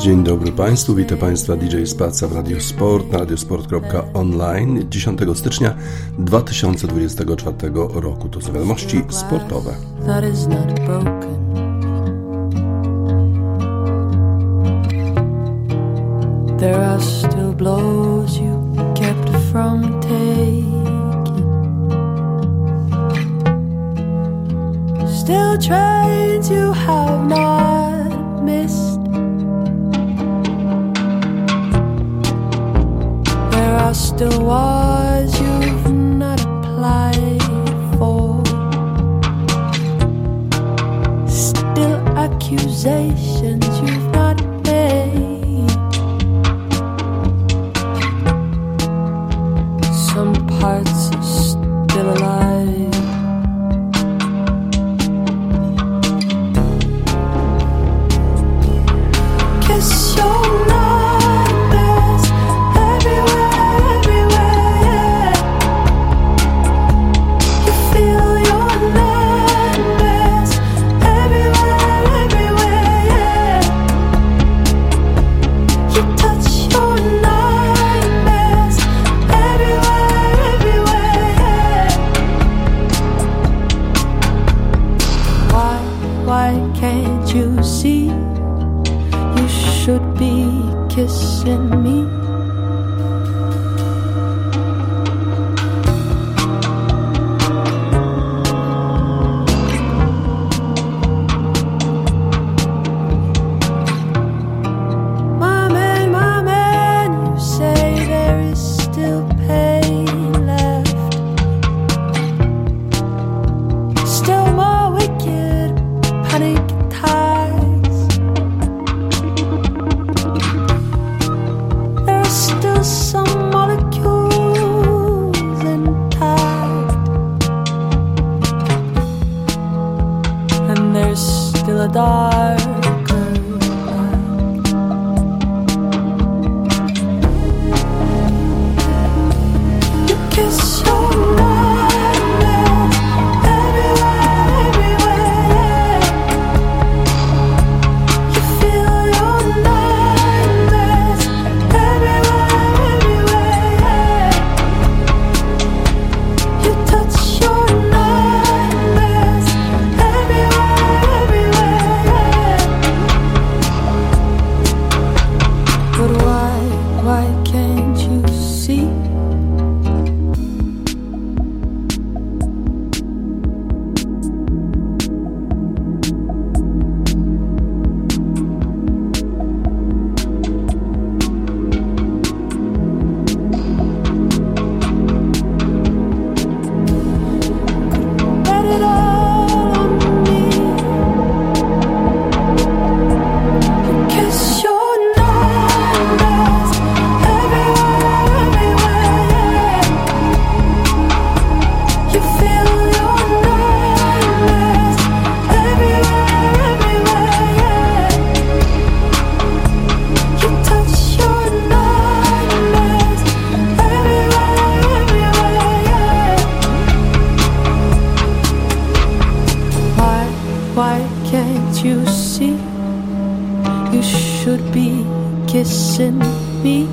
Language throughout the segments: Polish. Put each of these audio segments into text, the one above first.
Dzień dobry Państwu, witam Państwa DJ Spaca w Radio Sport na radiosport.online 10 stycznia 2024 roku. To są wiadomości sportowe. There are still blows you kept from taking, still trains you have not missed. There are still wars you've not applied for, still accusations you've not made. Some parts are still alive. Kiss your nightmares everywhere, everywhere, yeah. You feel your nightmares everywhere, everywhere, yeah. You touch your nightmares everywhere, everywhere, yeah. Why can't you see? You should be kissing me. My man, you say there is still pain left, still more wicked panic attacks. There are still some molecules intact, and there's still a darker black. You kiss your nightmares everywhere, everywhere, yeah. You feel your nightmares everywhere, everywhere, yeah. You touch your nightmares everywhere, everywhere, yeah. But why can't you see? Bet it all on me. You kiss your nightmares everywhere, everywhere, yeah. You feel your nightmares everywhere, everywhere, yeah. You touch your nightmares everywhere, everywhere, yeah. Why can't you see? You should be kissing me.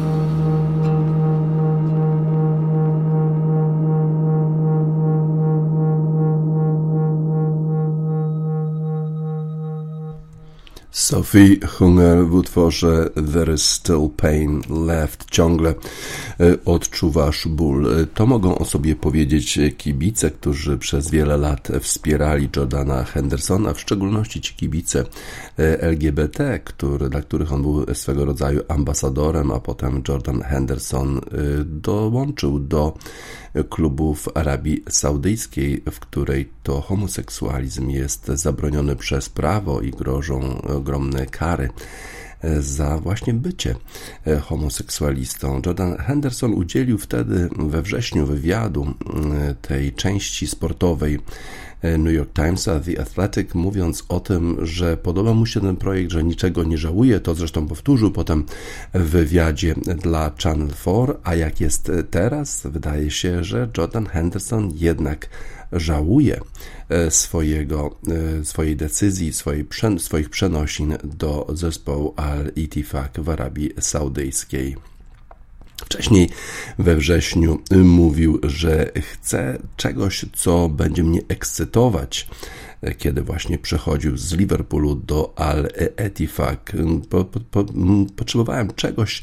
Sophie Hunger w utworze There is still pain left. Ciągle odczuwasz ból. To mogą o sobie powiedzieć kibice, którzy przez wiele lat wspierali Jordana Hendersona, w szczególności ci kibice LGBT, dla których on był swego rodzaju ambasadorem, a potem Jordan Henderson dołączył do klubów Arabii Saudyjskiej, w której to homoseksualizm jest zabroniony przez prawo i grożą ogromne kary za właśnie bycie homoseksualistą. Jordan Henderson udzielił wtedy we wrześniu wywiadu tej części sportowej New York Timesa, The Athletic, mówiąc o tym, że podoba mu się ten projekt, że niczego nie żałuje. To zresztą powtórzył potem w wywiadzie dla Channel 4, a jak jest teraz, wydaje się, że Jordan Henderson jednak żałuje swojej decyzji, swoich przenosin do zespołu Al-Ittifaq w Arabii Saudyjskiej. Wcześniej we wrześniu mówił, że chce czegoś, co będzie mnie ekscytować, kiedy właśnie przechodził z Liverpoolu do Al-Ittifaq. Potrzebowałem czegoś,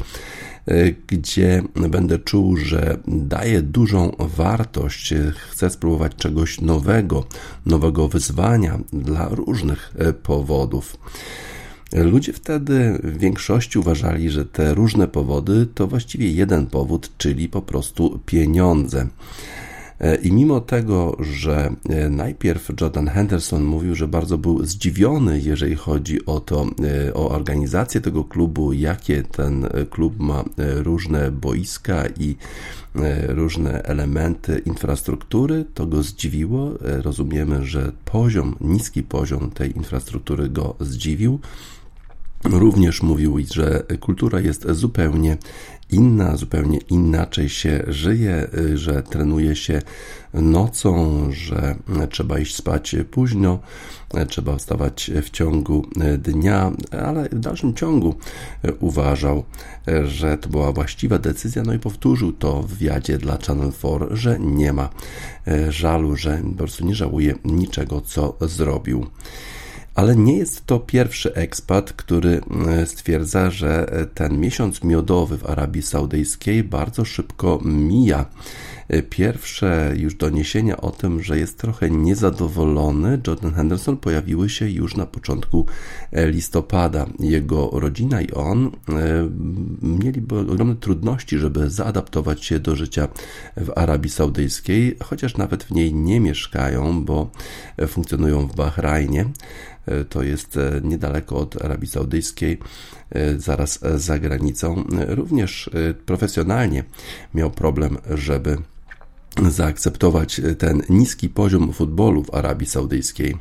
gdzie będę czuł, że daje dużą wartość. Chcę spróbować czegoś nowego wyzwania dla różnych powodów. Ludzie wtedy w większości uważali, że te różne powody to właściwie jeden powód, czyli po prostu pieniądze. I mimo tego, że najpierw Jordan Henderson mówił, że bardzo był zdziwiony, jeżeli chodzi o organizację tego klubu, jakie ten klub ma różne boiska i różne elementy infrastruktury, to go zdziwiło. Rozumiemy, że niski poziom tej infrastruktury go zdziwił. Również mówił, że kultura jest zupełnie inna, zupełnie inaczej się żyje, że trenuje się nocą, że trzeba iść spać późno, trzeba wstawać w ciągu dnia, ale w dalszym ciągu uważał, że to była właściwa decyzja, no i powtórzył to w wywiadzie dla Channel 4, że nie ma żalu, że po prostu nie żałuje niczego, co zrobił. Ale nie jest to pierwszy ekspat, który stwierdza, że ten miesiąc miodowy w Arabii Saudyjskiej bardzo szybko mija. Pierwsze już doniesienia o tym, że jest trochę niezadowolony Jordan Henderson, pojawiły się już na początku listopada. Jego rodzina i on mieliby ogromne trudności, żeby zaadaptować się do życia w Arabii Saudyjskiej, chociaż nawet w niej nie mieszkają, bo funkcjonują w Bahrajnie. To jest niedaleko od Arabii Saudyjskiej, zaraz za granicą. Również profesjonalnie miał problem, żeby zaakceptować ten niski poziom futbolu w Arabii Saudyjskiej.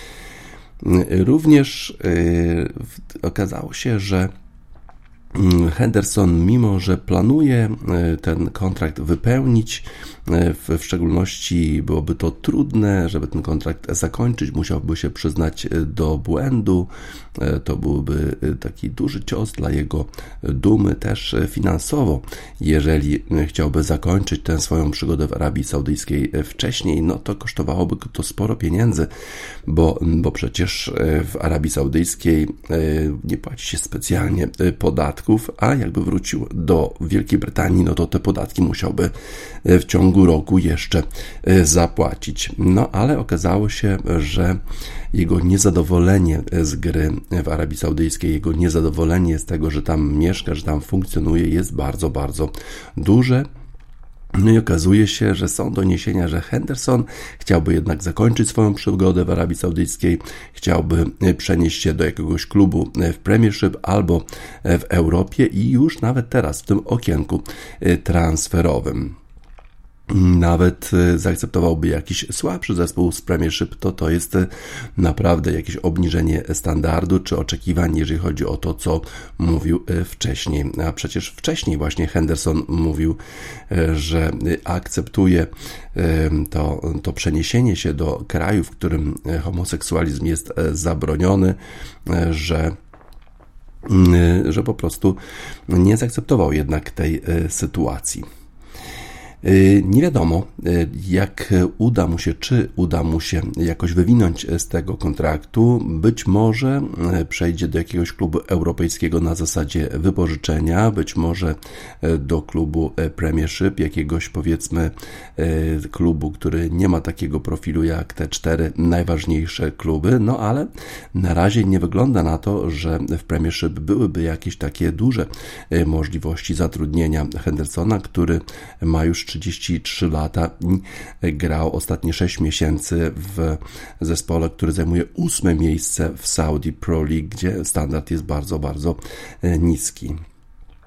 Również okazało się, że Henderson, mimo że planuje ten kontrakt wypełnić, w szczególności byłoby to trudne, żeby ten kontrakt zakończyć, musiałby się przyznać do błędu. To byłby taki duży cios dla jego dumy, też finansowo. Jeżeli chciałby zakończyć tę swoją przygodę w Arabii Saudyjskiej wcześniej, no to kosztowałoby to sporo pieniędzy, bo przecież w Arabii Saudyjskiej nie płaci się specjalnie podatków, a jakby wrócił do Wielkiej Brytanii, no to te podatki musiałby w ciągu roku jeszcze zapłacić. No ale okazało się, że jego niezadowolenie z gry w Arabii Saudyjskiej, jego niezadowolenie z tego, że tam mieszka, że tam funkcjonuje, jest bardzo, bardzo duże. No i okazuje się, że są doniesienia, że Henderson chciałby jednak zakończyć swoją przygodę w Arabii Saudyjskiej, chciałby przenieść się do jakiegoś klubu w Premiership albo w Europie i już nawet teraz w tym okienku transferowym nawet zaakceptowałby jakiś słabszy zespół z Premiership, to jest naprawdę jakieś obniżenie standardu czy oczekiwań, jeżeli chodzi o to, co mówił wcześniej. A przecież wcześniej właśnie Henderson mówił, że akceptuje to przeniesienie się do kraju, w którym homoseksualizm jest zabroniony, że po prostu nie zaakceptował jednak tej sytuacji. Nie wiadomo, jak czy uda mu się jakoś wywinąć z tego kontraktu. Być może przejdzie do jakiegoś klubu europejskiego na zasadzie wypożyczenia, być może do klubu Premiership, jakiegoś powiedzmy klubu, który nie ma takiego profilu jak te 4 najważniejsze kluby, no ale na razie nie wygląda na to, że w Premiership byłyby jakieś takie duże możliwości zatrudnienia Hendersona, który ma już 33 lata i grał ostatnie 6 miesięcy w zespole, który zajmuje 8. miejsce w Saudi Pro League, gdzie standard jest bardzo, bardzo niski.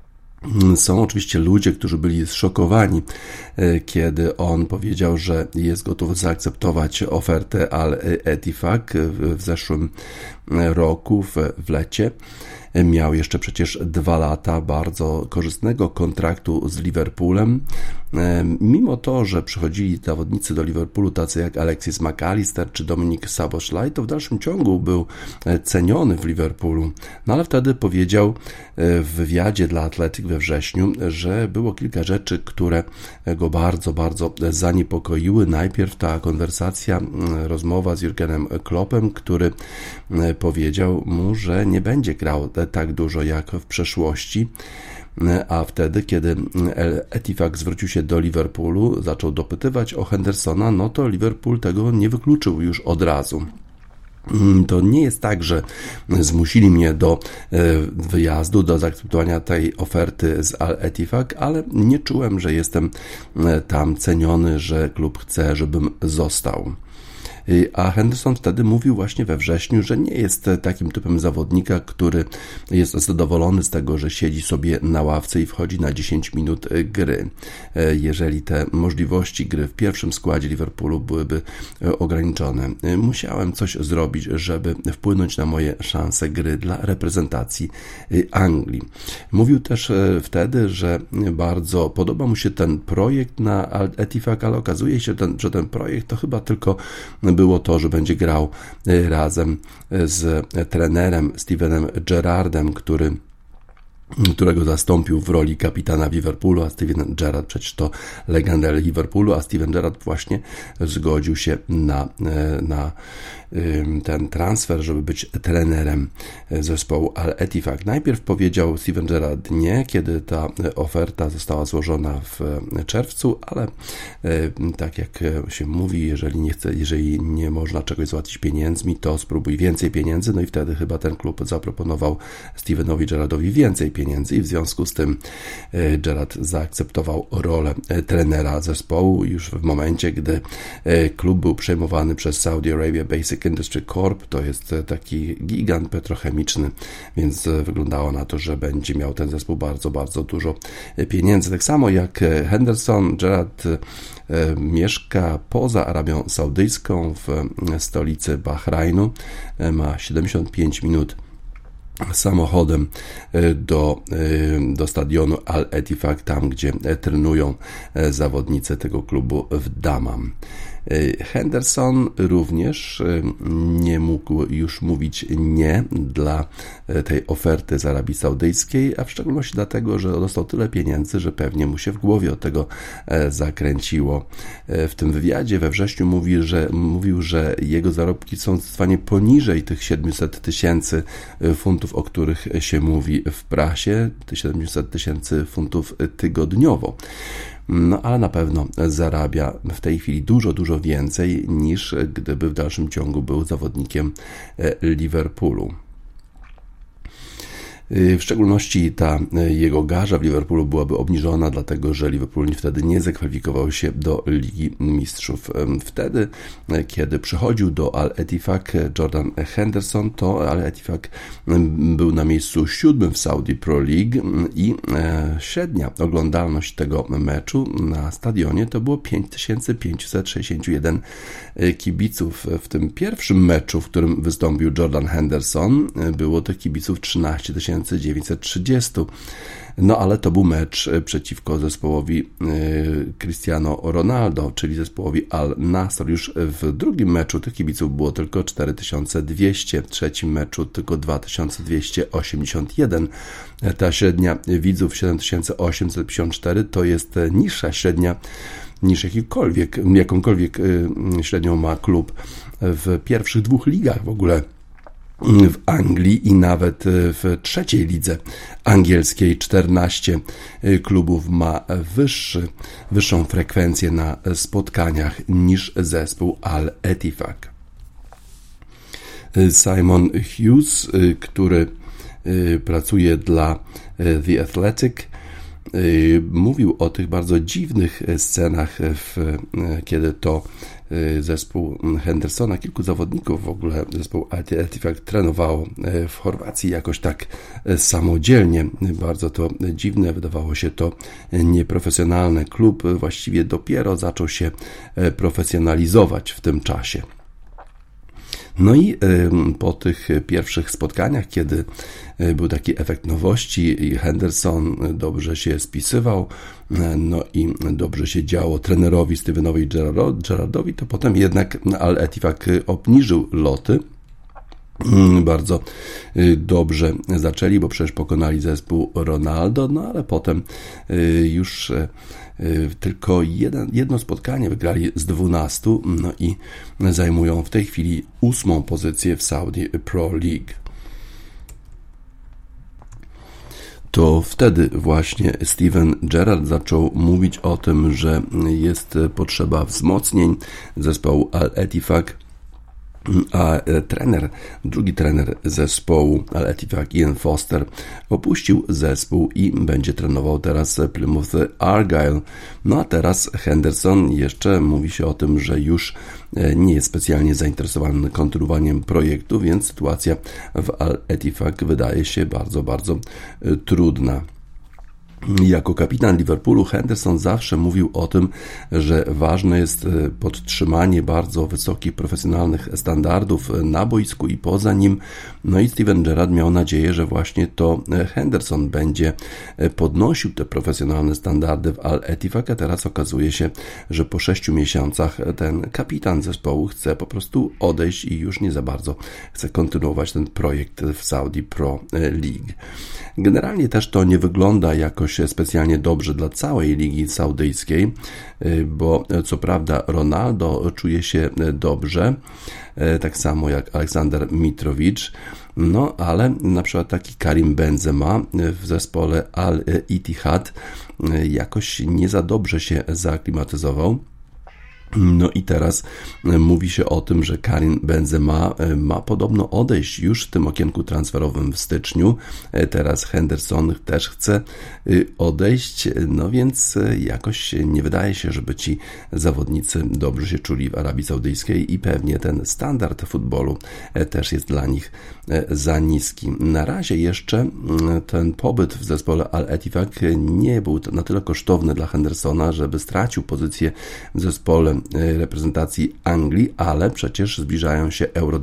Są oczywiście ludzie, którzy byli zszokowani, kiedy on powiedział, że jest gotów zaakceptować ofertę Al-Ettifaq w zeszłym roku, w lecie. Miał jeszcze przecież 2 lata bardzo korzystnego kontraktu z Liverpoolem. Mimo to, że przychodzili zawodnicy do Liverpoolu tacy jak Alexis McAllister czy Dominik Szoboszlai, to w dalszym ciągu był ceniony w Liverpoolu. No ale wtedy powiedział w wywiadzie dla Athletic we wrześniu, że było kilka rzeczy, które go bardzo, bardzo zaniepokoiły. Najpierw ta konwersacja, rozmowa z Jurgenem Kloppem, który powiedział mu, że nie będzie grał tak dużo jak w przeszłości, a wtedy, kiedy Ettifaq zwrócił się do Liverpoolu, zaczął dopytywać o Hendersona, no to Liverpool tego nie wykluczył już od razu. To nie jest tak, że zmusili mnie do wyjazdu, do zaakceptowania tej oferty z Al-Ettifaq, ale nie czułem, że jestem tam ceniony, że klub chce, żebym został. A Henderson wtedy mówił właśnie we wrześniu, że nie jest takim typem zawodnika, który jest zadowolony z tego, że siedzi sobie na ławce i wchodzi na 10 minut gry. Jeżeli te możliwości gry w pierwszym składzie Liverpoolu byłyby ograniczone, musiałem coś zrobić, żeby wpłynąć na moje szanse gry dla reprezentacji Anglii. Mówił też wtedy, że bardzo podoba mu się ten projekt na Al-Ettifaq, ale okazuje się, że ten projekt to chyba tylko było to, że będzie grał razem z trenerem Stevenem Gerrardem, którego zastąpił w roli kapitana Liverpoolu, a Steven Gerrard przecież to legenda Liverpoolu, a Steven Gerrard właśnie zgodził się na ten transfer, żeby być trenerem zespołu Al-Ettifaq. Najpierw powiedział Steven Gerrard nie, kiedy ta oferta została złożona w czerwcu, ale tak jak się mówi, jeżeli nie można czegoś załatwić pieniędzmi, to spróbuj więcej pieniędzy, no i wtedy chyba ten klub zaproponował Stevenowi Gerrardowi więcej pieniędzy i w związku z tym Gerrard zaakceptował rolę trenera zespołu już w momencie, gdy klub był przejmowany przez Saudi Arabia Basic Industry Corp. To jest taki gigant petrochemiczny, więc wyglądało na to, że będzie miał ten zespół bardzo, bardzo dużo pieniędzy. Tak samo jak Henderson, Gerrard mieszka poza Arabią Saudyjską w stolicy Bahrajnu. Ma 75 minut samochodem do stadionu Al-Ettifaq, tam gdzie trenują zawodnicy tego klubu w Dammam. Henderson również nie mógł już mówić nie dla tej oferty z Arabii Saudyjskiej, a w szczególności dlatego, że dostał tyle pieniędzy, że pewnie mu się w głowie od tego zakręciło. W tym wywiadzie we wrześniu mówił, że jego zarobki są zdecydowanie poniżej tych 700 000 funtów, o których się mówi w prasie, 700 000 funtów tygodniowo. No ale na pewno zarabia w tej chwili dużo, dużo więcej niż gdyby w dalszym ciągu był zawodnikiem Liverpoolu. W szczególności ta jego garza w Liverpoolu byłaby obniżona, dlatego że Liverpool wtedy nie zakwalifikował się do Ligi Mistrzów. Wtedy, kiedy przychodził do Al-Ettifaq Jordan Henderson, to Al-Ettifaq był na miejscu 7 w Saudi Pro League i średnia oglądalność tego meczu na stadionie to było 5561 kibiców. W tym pierwszym meczu, w którym wystąpił Jordan Henderson, było tych kibiców 13 930. No ale to był mecz przeciwko zespołowi Cristiano Ronaldo, czyli zespołowi Al-Nassr. Już w drugim meczu tych kibiców było tylko 4200, w trzecim meczu tylko 2281. Ta średnia widzów 7854 to jest niższa średnia niż jakąkolwiek średnią ma klub w pierwszych 2 ligach w ogóle w Anglii i nawet w trzeciej lidze angielskiej 14 klubów ma wyższą frekwencję na spotkaniach niż zespół Al-Ettifaq. Simon Hughes, który pracuje dla The Athletic, mówił o tych bardzo dziwnych scenach, kiedy to zespół Hendersona, kilku zawodników w ogóle zespół Artifact trenowało w Chorwacji jakoś tak samodzielnie. Bardzo to dziwne, wydawało się to nieprofesjonalne. Klub właściwie dopiero zaczął się profesjonalizować w tym czasie. No i po tych pierwszych spotkaniach, kiedy był taki efekt nowości i Henderson dobrze się spisywał, no i dobrze się działo trenerowi Stevenowi Gerrardowi, to potem jednak Al Ettifaq obniżył loty. Bardzo dobrze zaczęli, bo przecież pokonali zespół Ronaldo, no ale potem już tylko jedno spotkanie wygrali z 12, no i zajmują w tej chwili 8. pozycję w Saudi Pro League. To wtedy właśnie Steven Gerrard zaczął mówić o tym, że jest potrzeba wzmocnień zespołu Al Ettifaq, a drugi trener zespołu Al Ettifaq, Ian Foster, opuścił zespół i będzie trenował teraz Plymouth Argyle. No a teraz Henderson, jeszcze mówi się o tym, że już nie jest specjalnie zainteresowany kontynuowaniem projektu, więc sytuacja w Al Ettifaq wydaje się bardzo, bardzo trudna. Jako kapitan Liverpoolu Henderson zawsze mówił o tym, że ważne jest podtrzymanie bardzo wysokich profesjonalnych standardów na boisku i poza nim. No i Steven Gerrard miał nadzieję, że właśnie to Henderson będzie podnosił te profesjonalne standardy w Al Ettifaq, a teraz okazuje się, że po 6 miesiącach ten kapitan zespołu chce po prostu odejść i już nie za bardzo chce kontynuować ten projekt w Saudi Pro League. Generalnie też to nie wygląda jakoś specjalnie dobrze dla całej ligi saudyjskiej, bo co prawda Ronaldo czuje się dobrze, tak samo jak Aleksander Mitrovic, no ale na przykład taki Karim Benzema w zespole Al Ittihad jakoś nie za dobrze się zaaklimatyzował. No i teraz mówi się o tym, że Karim Benzema ma podobno odejść już w tym okienku transferowym w styczniu. Teraz Henderson też chce odejść, no więc jakoś nie wydaje się, żeby ci zawodnicy dobrze się czuli w Arabii Saudyjskiej i pewnie ten standard futbolu też jest dla nich za niski. Na razie jeszcze ten pobyt w zespole Al Ettifaq nie był na tyle kosztowny dla Hendersona, żeby stracił pozycję w zespole reprezentacji Anglii, ale przecież zbliżają się Euro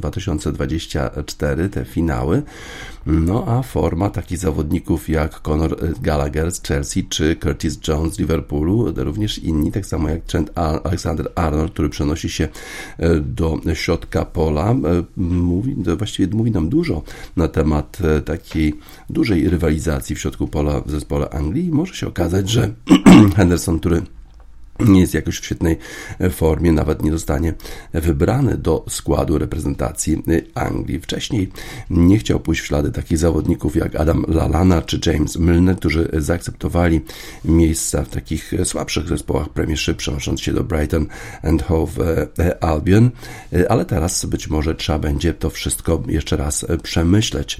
2024, te finały, no a forma takich zawodników jak Conor Gallagher z Chelsea czy Curtis Jones z Liverpoolu, również inni, tak samo jak Trent Alexander-Arnold, który przenosi się do środka pola, właściwie mówi nam dużo na temat takiej dużej rywalizacji w środku pola w zespole Anglii. Może się okazać, że Henderson, który nie jest jakoś w świetnej formie, nawet nie zostanie wybrany do składu reprezentacji Anglii. Wcześniej nie chciał pójść w ślady takich zawodników jak Adam Lallana czy James Milner, którzy zaakceptowali miejsca w takich słabszych zespołach Premiership, przenosząc się do Brighton and Hove Albion, ale teraz być może trzeba będzie to wszystko jeszcze raz przemyśleć.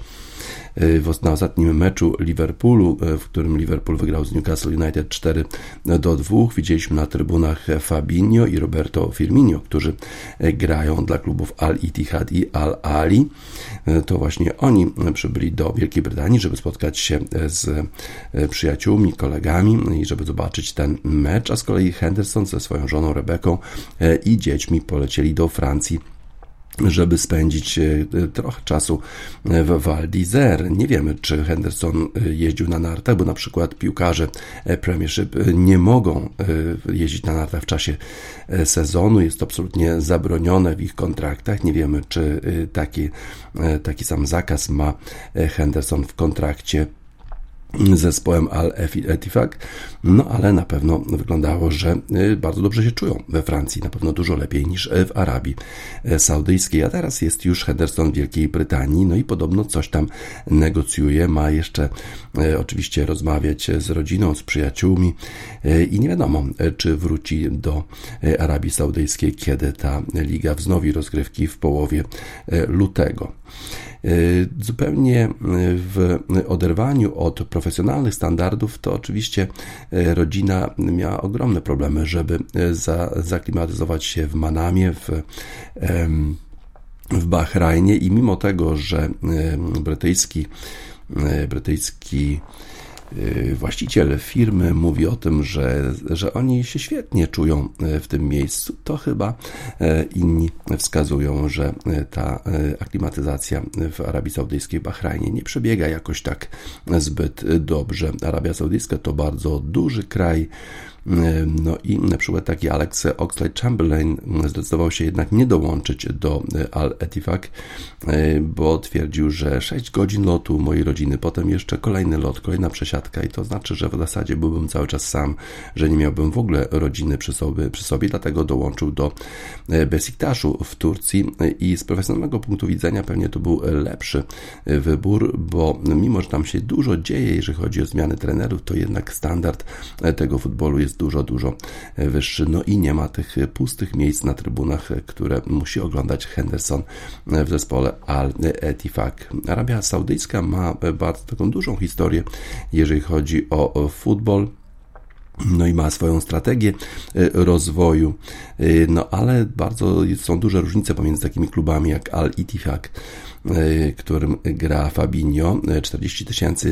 Na ostatnim meczu Liverpoolu, w którym Liverpool wygrał z Newcastle United 4-2, widzieliśmy na trybunach Fabinho i Roberto Firmino, którzy grają dla klubów Al Ittihad i Al Ahly. To właśnie oni przybyli do Wielkiej Brytanii, żeby spotkać się z przyjaciółmi, kolegami i żeby zobaczyć ten mecz, a z kolei Henderson ze swoją żoną Rebeką i dziećmi polecieli do Francji, żeby spędzić trochę czasu w Val d'Isère. Nie wiemy, czy Henderson jeździł na nartach, bo na przykład piłkarze Premiership nie mogą jeździć na nartach w czasie sezonu. Jest to absolutnie zabronione w ich kontraktach. Nie wiemy, czy taki sam zakaz ma Henderson w kontrakcie z zespołem Al Ettifaq, no ale na pewno wyglądało, że bardzo dobrze się czują we Francji, na pewno dużo lepiej niż w Arabii Saudyjskiej, a teraz jest już Henderson w Wielkiej Brytanii, no i podobno coś tam negocjuje, ma jeszcze oczywiście rozmawiać z rodziną, z przyjaciółmi i nie wiadomo, czy wróci do Arabii Saudyjskiej, kiedy ta liga wznowi rozgrywki w połowie lutego. Zupełnie w oderwaniu od profesjonalnych standardów, to oczywiście rodzina miała ogromne problemy, żeby zaklimatyzować się w Manamie, w Bahrajnie, i mimo tego, że brytyjski właściciel firmy mówi o tym, że oni się świetnie czują w tym miejscu, to chyba inni wskazują, że ta aklimatyzacja w Arabii Saudyjskiej, w Bahrajnie nie przebiega jakoś tak zbyt dobrze. Arabia Saudyjska to bardzo duży kraj, no i na przykład taki Alex Oxlade-Chamberlain zdecydował się jednak nie dołączyć do Al-Ettifaq, bo twierdził, że 6 godzin lotu mojej rodziny, potem jeszcze kolejny lot, kolejna przesiadka, i to znaczy, że w zasadzie byłbym cały czas sam, że nie miałbym w ogóle rodziny przy sobie, dlatego dołączył do Besiktaszu w Turcji i z profesjonalnego punktu widzenia pewnie to był lepszy wybór, bo mimo, że tam się dużo dzieje, jeżeli chodzi o zmiany trenerów, to jednak standard tego futbolu jest dużo wyższy. No i nie ma tych pustych miejsc na trybunach, które musi oglądać Henderson w zespole Al-Ettifaq. Arabia Saudyjska ma bardzo taką dużą historię, jeżeli chodzi o futbol. No i ma swoją strategię rozwoju, no ale bardzo są duże różnice pomiędzy takimi klubami jak Al-Ettifaq, którym gra Fabinho, 40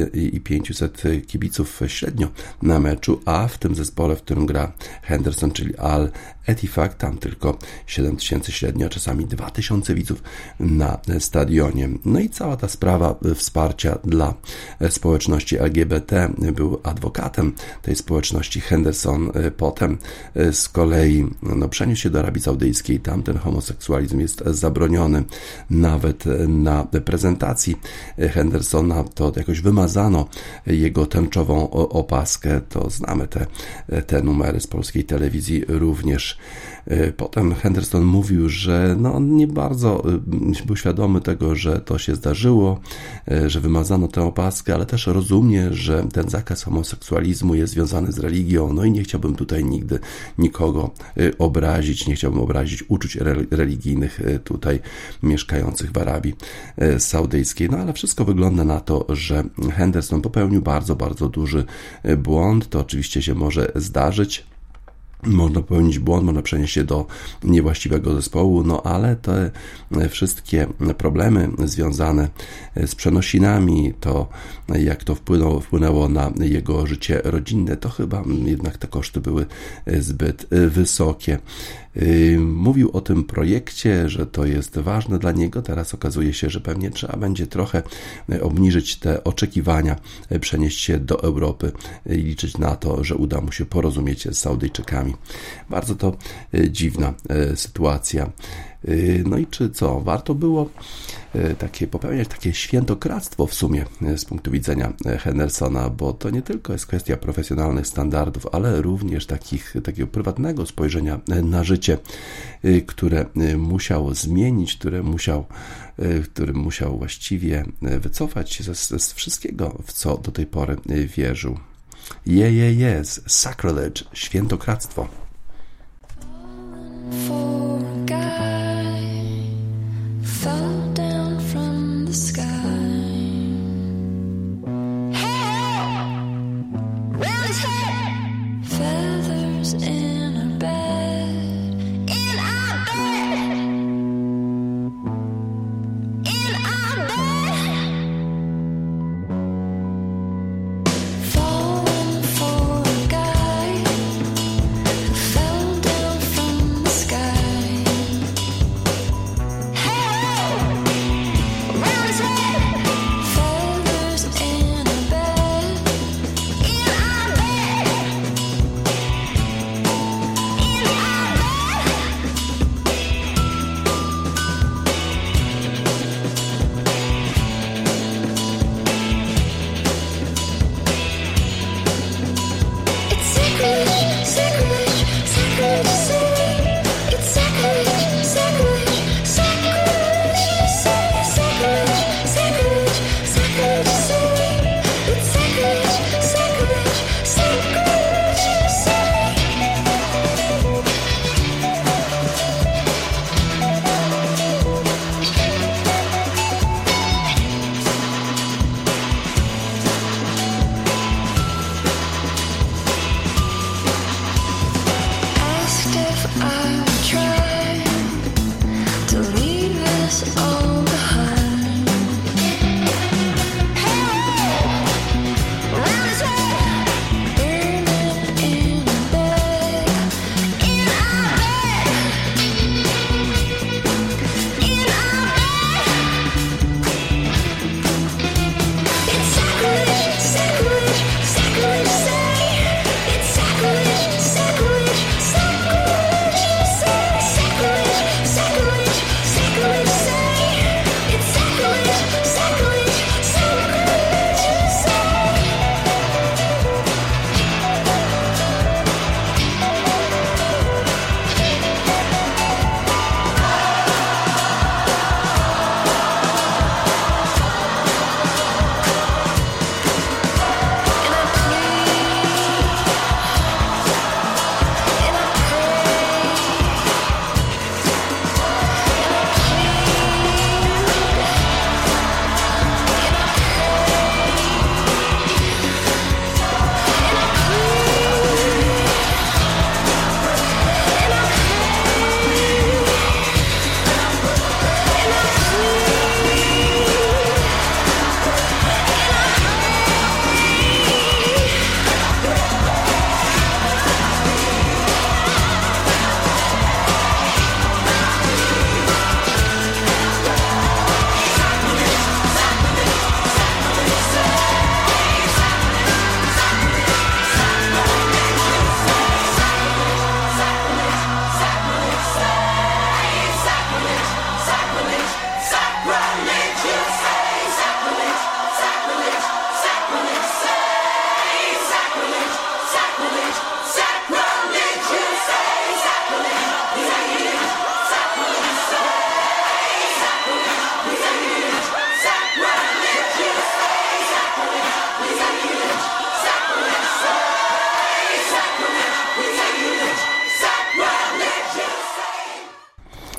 500 kibiców średnio na meczu, a w tym zespole, w którym gra Henderson, czyli Al-Ettifaq, tam tylko 7 000 średnio, a czasami 2000 widzów na stadionie. No i cała ta sprawa wsparcia dla społeczności LGBT, był adwokatem tej społeczności Henderson. Potem z kolei przeniósł się do Arabii Saudyjskiej, tam ten homoseksualizm jest zabroniony. Nawet na prezentacji Hendersona to jakoś wymazano jego tęczową opaskę, to znamy te numery z polskiej telewizji również. Potem Henderson mówił, że on nie bardzo był świadomy tego, że to się zdarzyło, że wymazano tę opaskę, ale też rozumie, że ten zakaz homoseksualizmu jest związany z religią, no i nie chciałbym tutaj nigdy nikogo obrazić, nie chciałbym obrazić uczuć religijnych tutaj mieszkających w Arabii Saudyjskiej. No ale wszystko wygląda na to, że Henderson popełnił bardzo duży błąd. To oczywiście się może zdarzyć. Można popełnić błąd, można przenieść się do niewłaściwego zespołu, no ale te wszystkie problemy związane z przenosinami, to jak to wpłynęło na jego życie rodzinne, to chyba jednak te koszty były zbyt wysokie. Mówił o tym projekcie, że to jest ważne dla niego. Teraz okazuje się, że pewnie trzeba będzie trochę obniżyć te oczekiwania, przenieść się do Europy i liczyć na to, że uda mu się porozumieć z Saudyjczykami. Bardzo to dziwna sytuacja. No i czy co? Warto było popełniać takie świętokradztwo w sumie z punktu widzenia Hendersona, bo to nie tylko jest kwestia profesjonalnych standardów, ale również takiego prywatnego spojrzenia na życie, które musiał zmienić, którym musiał właściwie wycofać się z wszystkiego, w co do tej pory wierzył. Yes, sacrilege, świętokradztwo. Fell down from the sky. Hey, round his head, feathers in our bed, in our bed, in our bed. Falling for a guy who fell down from the sky.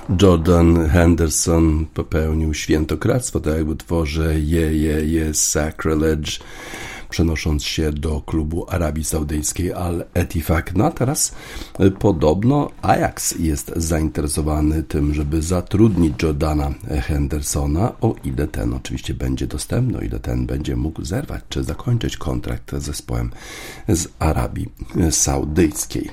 Jordan Henderson popełnił świętokradztwo, tak jak w utworze Sacrilege, przenosząc się do klubu Arabii Saudyjskiej Al-Ettifaq. No a teraz podobno Ajax jest zainteresowany tym, żeby zatrudnić Jordana Hendersona, o ile ten oczywiście będzie dostępny, o ile ten będzie mógł zerwać czy zakończyć kontrakt z zespołem z Arabii Saudyjskiej.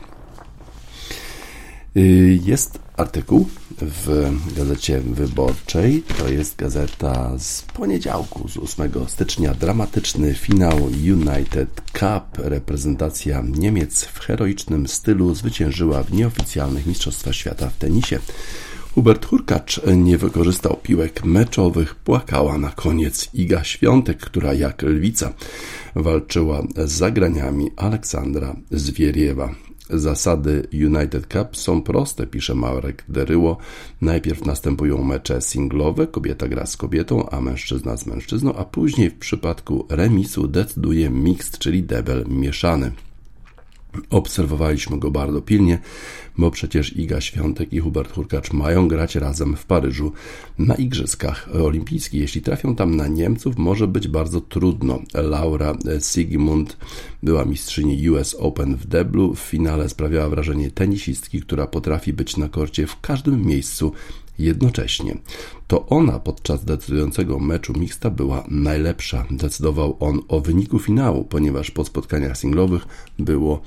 Jest artykuł w Gazecie Wyborczej, to jest gazeta z poniedziałku, z 8 stycznia. Dramatyczny finał United Cup. Reprezentacja Niemiec w heroicznym stylu zwyciężyła w nieoficjalnych mistrzostwach świata w tenisie. Hubert Hurkacz nie wykorzystał piłek meczowych, płakała na koniec Iga Świątek, która jak lwica walczyła z zagraniami Aleksandra Zwieriewa. Zasady United Cup są proste, pisze Marek Deryło. Najpierw następują mecze singlowe, kobieta gra z kobietą, a mężczyzna z mężczyzną, a później w przypadku remisu decyduje mixed, czyli debel mieszany. Obserwowaliśmy go bardzo pilnie, bo przecież Iga Świątek i Hubert Hurkacz mają grać razem w Paryżu na Igrzyskach Olimpijskich. Jeśli trafią tam na Niemców, może być bardzo trudno. Laura Siegemund była mistrzyni US Open w deblu. W finale sprawiała wrażenie tenisistki, która potrafi być na korcie w każdym miejscu jednocześnie. To ona podczas decydującego meczu mixta była najlepsza. Decydował on o wyniku finału, ponieważ po spotkaniach singlowych było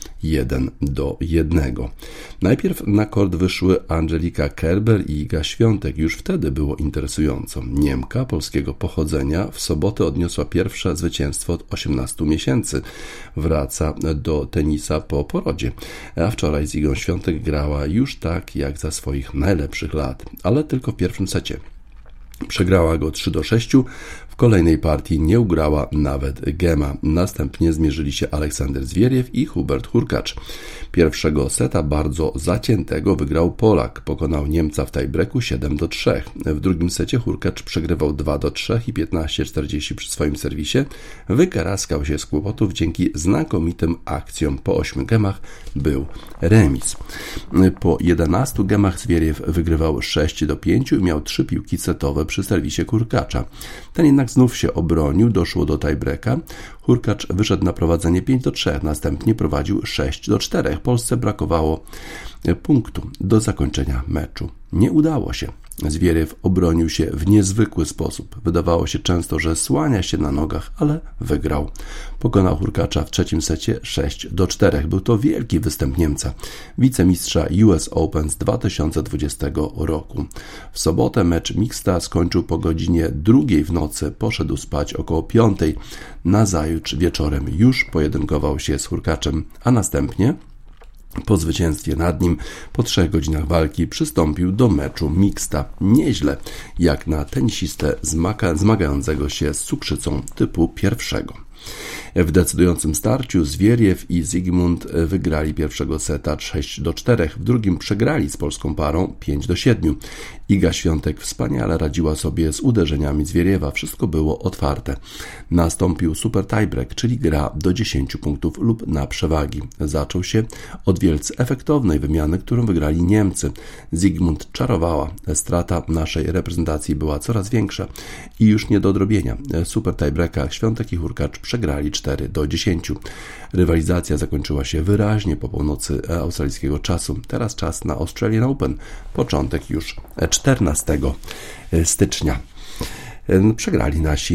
1-1. Najpierw na kort wyszły Angelika Kerber i Iga Świątek. Już wtedy było interesująco. Niemka polskiego pochodzenia w sobotę odniosła pierwsze zwycięstwo od 18 miesięcy. Wraca do tenisa po porodzie. A wczoraj z Igą Świątek grała już tak jak za swoich najlepszych lat, ale tylko w pierwszym secie. Przegrała go 3-6, w kolejnej partii nie ugrała nawet gema. Następnie zmierzyli się Aleksander Zwieriew i Hubert Hurkacz. Pierwszego seta bardzo zaciętego wygrał Polak. Pokonał Niemca w tiebreaku 7-3. W drugim secie Hurkacz przegrywał 2-3 i 15-40 przy swoim serwisie. Wykaraskał się z kłopotów dzięki znakomitym akcjom. Po 8 gemach był remis. Po 11 gemach Zwieriew wygrywał 6-5 i miał 3 piłki setowe przy serwisie Hurkacza. Ten jednak znów się obronił, doszło do tiebreaka. Hurkacz wyszedł na prowadzenie 5-3, następnie prowadził 6-4. Polsce brakowało punktu do zakończenia meczu. Nie udało się. Zwieriew obronił się w niezwykły sposób. Wydawało się często, że słania się na nogach, ale wygrał. Pokonał Hurkacza w trzecim secie 6-4. Był to wielki występ Niemca, wicemistrza US Open z 2020 roku. W sobotę mecz mixta skończył po godzinie 2 w nocy. Poszedł spać około 5. Nazajutrz wieczorem już pojedynkował się z Hurkaczem, a następnie po zwycięstwie nad nim, po 3 godzinach walki, przystąpił do meczu mixta. Nieźle, jak na tenisistę zmagającego się z cukrzycą typu pierwszego. W decydującym starciu Zwieriew i Siegemund wygrali pierwszego seta 6-4, w drugim przegrali z polską parą 5-7. Iga Świątek wspaniale radziła sobie z uderzeniami Zwieriewa, wszystko było otwarte. Nastąpił super tiebreak, czyli gra do 10 punktów lub na przewagi. Zaczął się od wielce efektownej wymiany, którą wygrali Niemcy. Siegemund czarowała, strata naszej reprezentacji była coraz większa i już nie do odrobienia. Super tiebreakach Świątek i Hurkacz przegrali 4-10. Rywalizacja zakończyła się wyraźnie po północy australijskiego czasu. Teraz czas na Australian Open. Początek już 14 stycznia. Przegrali nasi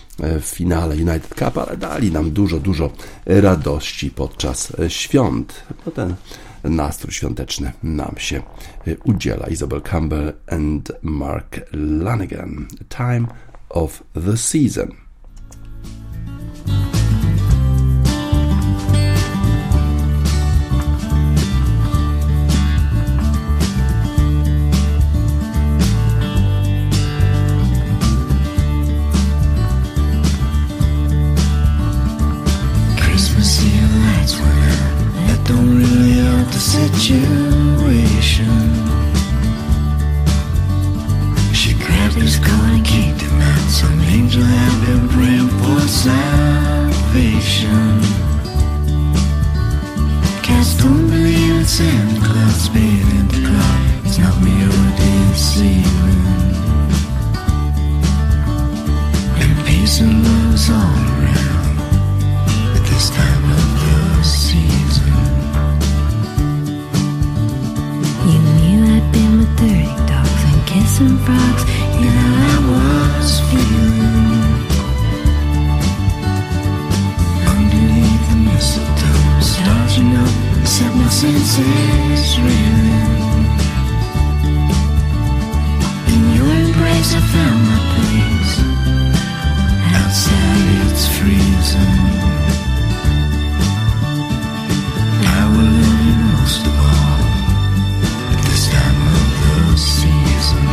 w finale United Cup, ale dali nam dużo radości podczas świąt. No ten nastrój świąteczny nam się udziela. Isabel Campbell and Mark Lanegan. Time of the Season. Situation. She grabbed his coat and kicked him out. Some angel had been praying for salvation. Cats don't believe in Santa Claus, baby, in the cloud. It's not me who did senses reeling. In your embrace I found my place. Outside it's freezing. I will love you most of all at this time of the season.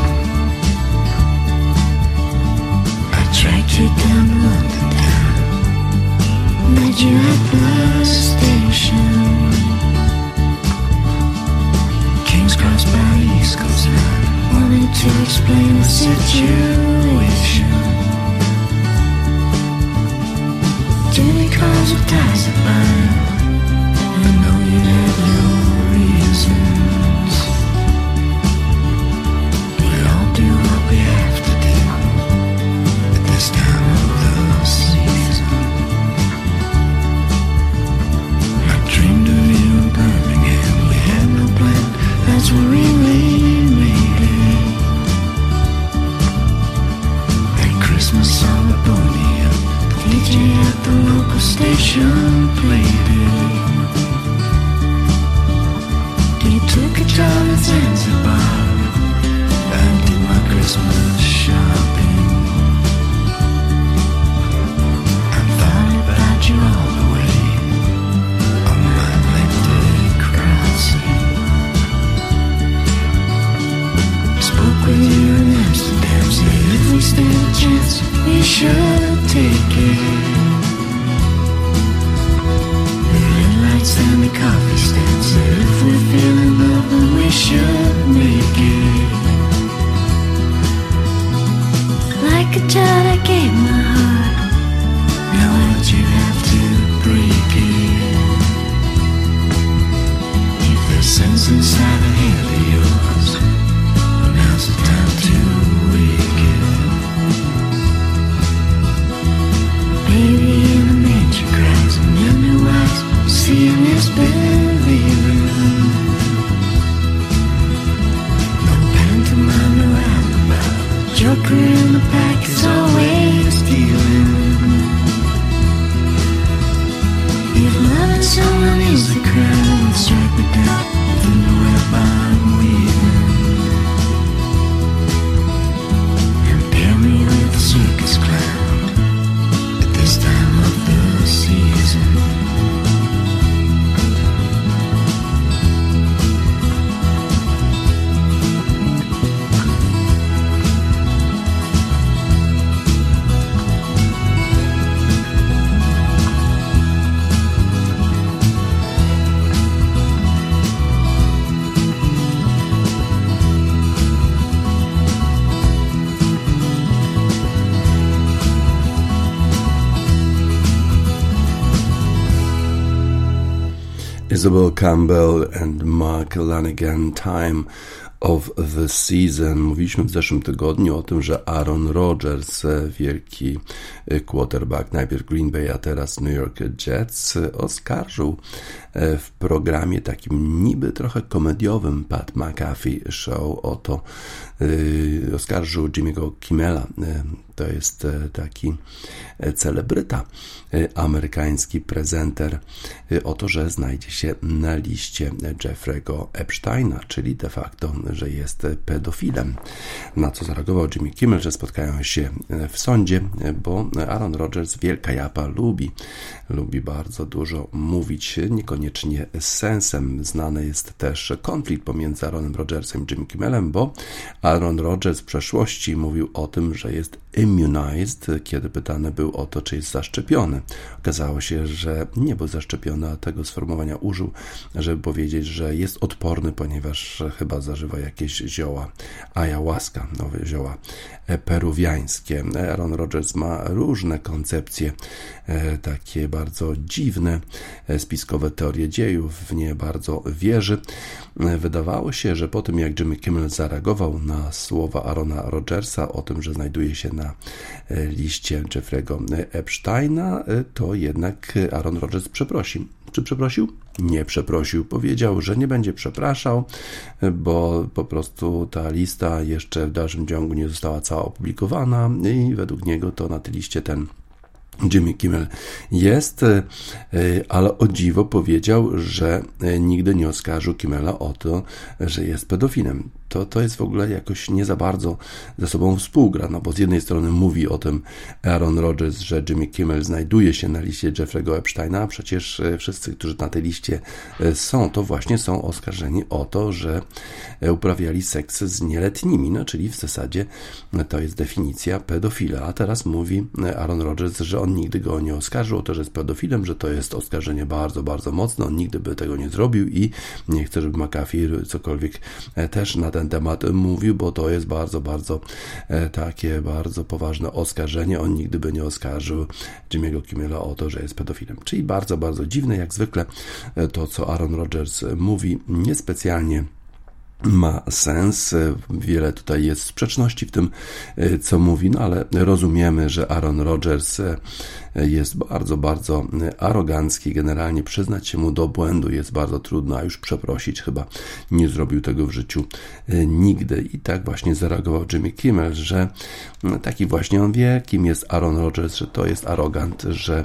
I tracked you down to London town, met you at the station. King's Cross by East Coast Line, wanted to explain the situation. Jenny calls with ties that bind. I know you have your reasons. We all do what we have to do at this time of the season. I dreamed of you in Birmingham. We had no plan, that's where we made it. That Christmas song at Boney, DJ at the local station played it. You took a job in Zanzibar. I did my Christmas shopping. I thought about you all the way on my Atlantic crossing. Spoke with you in Amsterdam, said if we stand a chance, we should take it. The red lights and the coffee stand said if we're feeling love, then we should make it. Like a child I gave my heart, now would you have to break it? If there's sense inside a hand of yours, well, now's the time to wake it. Baby in a manger cries, and your new eyes, seeing is believing. No pantomime, no alibi, joker in the back is always dealing. If loving someone is the crime, then strike me down within the web I'm weaving. And pair me with a circus clown at this time of the season. Isabel Campbell and Mark Lanegan, Time of the Season. Mówiliśmy w zeszłym tygodniu o tym, że Aaron Rodgers, wielki quarterback, najpierw Green Bay, a teraz New York Jets, oskarżył w programie takim niby trochę komediowym Pat McAfee Show o to, oskarżył Jimmy'ego Kimmela, to jest taki celebryta, amerykański prezenter, o to, że znajdzie się na liście Jeffrey'ego Epsteina, czyli de facto, że jest pedofilem. Na co zareagował Jimmy Kimmel, że spotkają się w sądzie, bo Aaron Rodgers, wielka japa, lubi bardzo dużo mówić, niekoniecznie z sensem. Znany jest też konflikt pomiędzy Aaronem Rodgersem i Jimmy Kimmelem, bo Aaron Rodgers w przeszłości mówił o tym, że jest immunized, kiedy pytany był o to, czy jest zaszczepiony. Okazało się, że nie był zaszczepiony, a tego sformułowania użył, żeby powiedzieć, że jest odporny, ponieważ chyba zażywa jakieś zioła ayahuasca, nowe zioła peruwiańskie. Aaron Rodgers ma różne koncepcje, takie bardzo dziwne, spiskowe teorie dziejów, w nie bardzo wierzy. Wydawało się, że po tym, jak Jimmy Kimmel zareagował na słowa Aarona Rodgersa o tym, że znajduje się na liście Jeffrey'ego Epsteina, to jednak Aaron Rodgers przeprosił. Czy przeprosił? Nie przeprosił. Powiedział, że nie będzie przepraszał, bo po prostu ta lista jeszcze w dalszym ciągu nie została cała opublikowana i według niego to na tej liście ten Jimmy Kimmel jest, ale o dziwo powiedział, że nigdy nie oskarżył Kimmela o to, że jest pedofilem. To jest w ogóle jakoś nie za bardzo ze sobą współgra, no bo z jednej strony mówi o tym Aaron Rodgers, że Jimmy Kimmel znajduje się na liście Jeffrey'ego Epsteina, a przecież wszyscy, którzy na tej liście są, to właśnie są oskarżeni o to, że uprawiali seks z nieletnimi, no czyli w zasadzie to jest definicja pedofila, a teraz mówi Aaron Rodgers, że on nigdy go nie oskarżył o to, że jest pedofilem, że to jest oskarżenie bardzo, bardzo mocne, on nigdy by tego nie zrobił i nie chce, żeby McAfee cokolwiek też na ten temat mówił, bo to jest bardzo, bardzo takie bardzo poważne oskarżenie. On nigdy by nie oskarżył Jimmy'ego Kimmela o to, że jest pedofilem. Czyli bardzo, bardzo dziwne, jak zwykle to, co Aaron Rodgers mówi, niespecjalnie ma sens. Wiele tutaj jest sprzeczności w tym, co mówi, no ale rozumiemy, że Aaron Rodgers jest bardzo, bardzo arogancki. Generalnie przyznać się mu do błędu jest bardzo trudno, a już przeprosić chyba nie zrobił tego w życiu nigdy. I tak właśnie zareagował Jimmy Kimmel, że taki właśnie on wie, kim jest Aaron Rodgers, że to jest arogant, że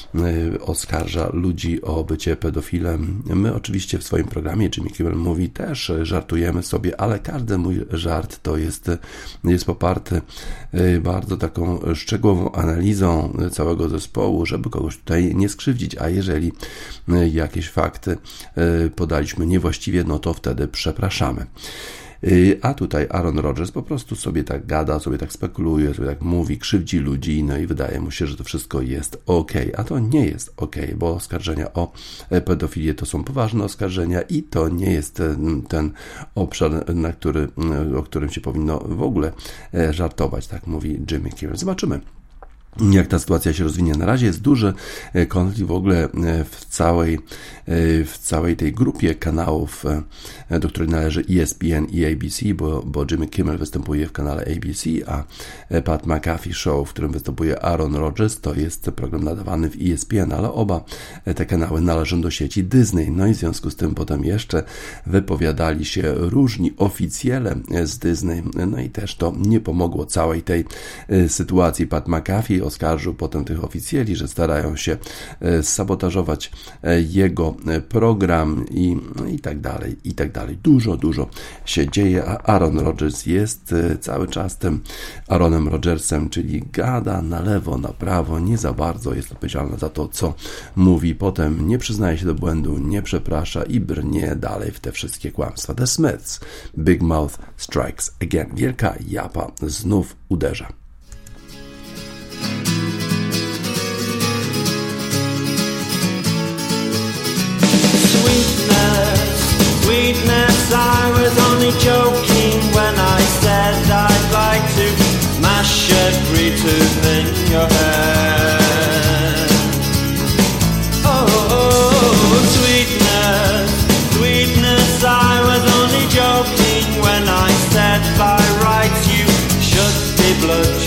oskarża ludzi o bycie pedofilem. My oczywiście w swoim programie Jimmy Kimmel mówi też, żartujemy sobie, ale każdy mój żart to jest poparty bardzo taką szczegółową analizą całego zespołu, żeby kogoś tutaj nie skrzywdzić, a jeżeli jakieś fakty podaliśmy niewłaściwie, no to wtedy przepraszamy. A tutaj Aaron Rodgers po prostu sobie tak gada, sobie tak spekuluje, sobie tak mówi, krzywdzi ludzi, no i wydaje mu się, że to wszystko jest okej, a to nie jest okej, bo oskarżenia o pedofilię to są poważne oskarżenia i to nie jest ten obszar, o którym się powinno w ogóle żartować, tak mówi Jimmy Kimmel. Zobaczymy, jak ta sytuacja się rozwinie. Na razie jest duży konflikt w ogóle w całej tej grupie kanałów, do której należy ESPN i ABC, bo Jimmy Kimmel występuje w kanale ABC, a Pat McAfee Show, w którym występuje Aaron Rodgers, to jest program nadawany w ESPN, ale oba te kanały należą do sieci Disney. No i w związku z tym potem jeszcze wypowiadali się różni oficjele z Disney, no i też to nie pomogło całej tej sytuacji. Pat McAfee oskarżył potem tych oficjeli, że starają się sabotażować jego program i tak dalej, i tak dalej. Dużo się dzieje, a Aaron Rodgers jest cały czas tym Aaronem Rodgersem, czyli gada na lewo, na prawo, nie za bardzo jest odpowiedzialny za to, co mówi. Potem nie przyznaje się do błędu, nie przeprasza i brnie dalej w te wszystkie kłamstwa. The Smiths, Big Mouth Strikes Again. Wielka japa znów uderza. Sweetness, I was only joking when I said I'd like to mash every tooth in your head. Oh, sweetness, I was only joking when I said by rights you should be blood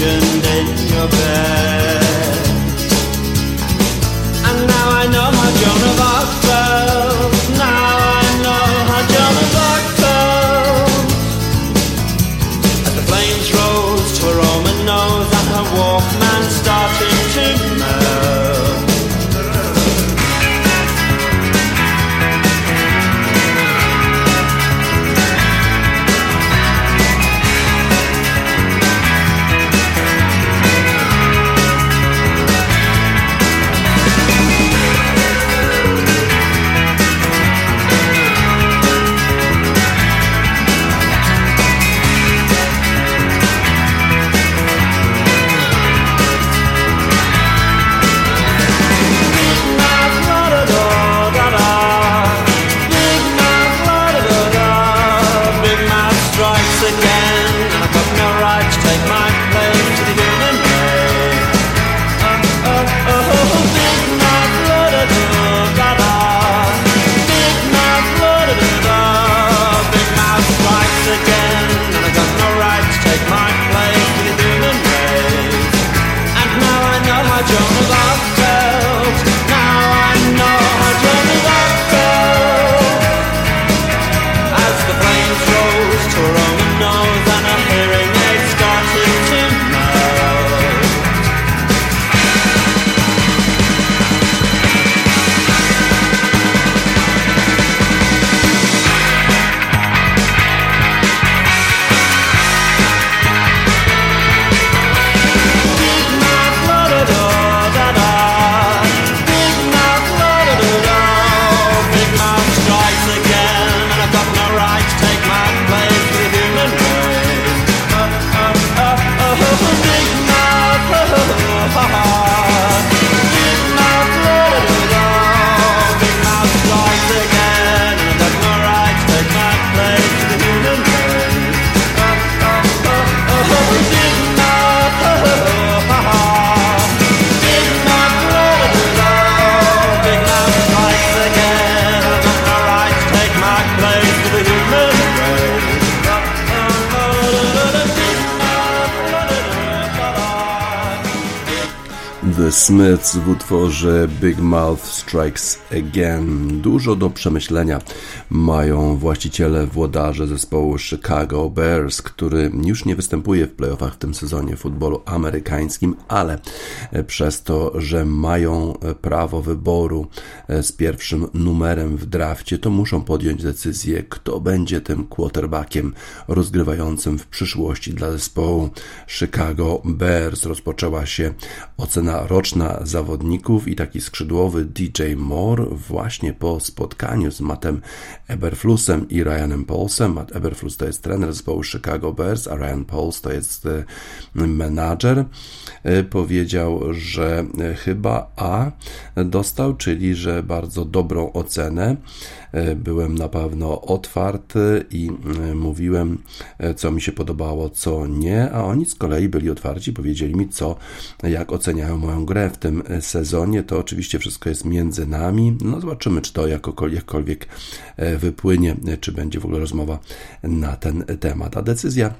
Smiths w utworze Big Mouth Strikes Again. Dużo do przemyślenia mają właściciele, włodarze zespołu Chicago Bears, który już nie występuje w playoffach w tym sezonie futbolu amerykańskim, ale przez to, że mają prawo wyboru z pierwszym numerem w drafcie, to muszą podjąć decyzję, kto będzie tym quarterbackiem rozgrywającym w przyszłości dla zespołu Chicago Bears. Rozpoczęła się ocena roczna zawodników i taki skrzydłowy DJ Moore właśnie po spotkaniu z Mattem Eberflusem i Ryanem Paulsem. Matt Eberflus to jest trener zespołu Chicago Bears, a Ryan Pauls to jest menadżer. Powiedział, że chyba A dostał, czyli że bardzo dobrą ocenę. Byłem na pewno otwarty i mówiłem, co mi się podobało, co nie, a oni z kolei byli otwarci, powiedzieli mi, jak oceniają moją grę w tym sezonie. To oczywiście wszystko jest między nami. No zobaczymy, czy to jakkolwiek wypłynie, czy będzie w ogóle rozmowa na ten temat. A decyzja,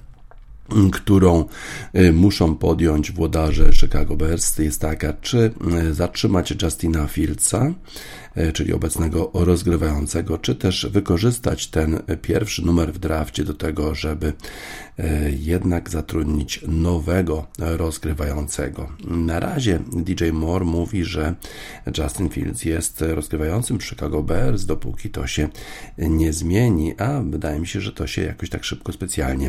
którą muszą podjąć włodarze Chicago Bears, jest taka, czy zatrzymać Justina Fieldsa, czyli obecnego rozgrywającego, czy też wykorzystać ten pierwszy numer w drafcie do tego, żeby jednak zatrudnić nowego rozgrywającego. Na razie DJ Moore mówi, że Justin Fields jest rozgrywającym Chicago Bears, dopóki to się nie zmieni, a wydaje mi się, że to się jakoś tak szybko specjalnie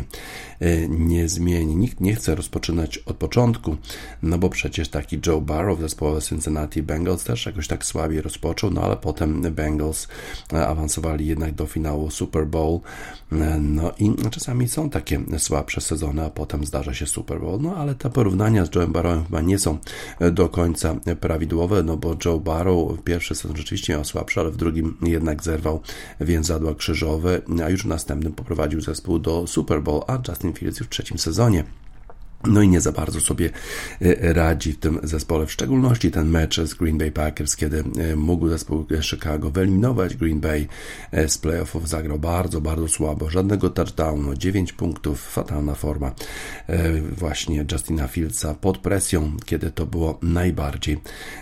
nie zmieni. Nikt nie chce rozpoczynać od początku, no bo przecież taki Joe Burrow w zespole Cincinnati Bengals też jakoś tak słabiej rozpoczął, no ale potem Bengals awansowali jednak do finału Super Bowl, no i czasami są takie słabsze sezony, a potem zdarza się Super Bowl, no ale te porównania z Joe'em Burrowem chyba nie są do końca prawidłowe, no bo Joe Burrow w pierwszy sezon rzeczywiście miał słabszy, ale w drugim jednak zerwał więzadła krzyżowe, a już w następnym poprowadził zespół do Super Bowl, a Justin Fields już w trzecim sezonie. No i nie za bardzo sobie radzi w tym zespole, w szczególności ten mecz z Green Bay Packers, kiedy mógł zespół Chicago wyeliminować Green Bay z playoffów, zagrał bardzo, bardzo słabo, żadnego touchdownu, 9 punktów, fatalna forma właśnie Justina Fieldsa pod presją, kiedy to było najbardziej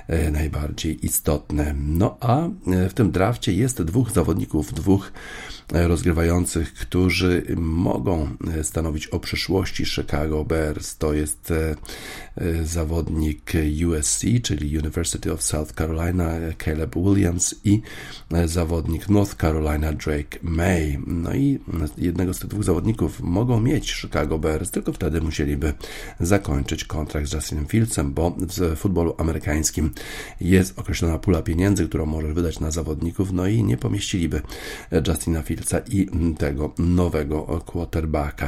istotne. No a w tym drafcie jest dwóch zawodników, dwóch rozgrywających, którzy mogą stanowić o przyszłości Chicago Bears. To jest zawodnik USC, czyli University of South Carolina, Caleb Williams, i zawodnik North Carolina, Drake May. No i jednego z tych dwóch zawodników mogą mieć Chicago Bears, tylko wtedy musieliby zakończyć kontrakt z Justinem Fieldsem, bo w futbolu amerykańskim jest określona pula pieniędzy, którą możesz wydać na zawodników, no i nie pomieściliby Justina Fieldsa i tego nowego quarterbacka.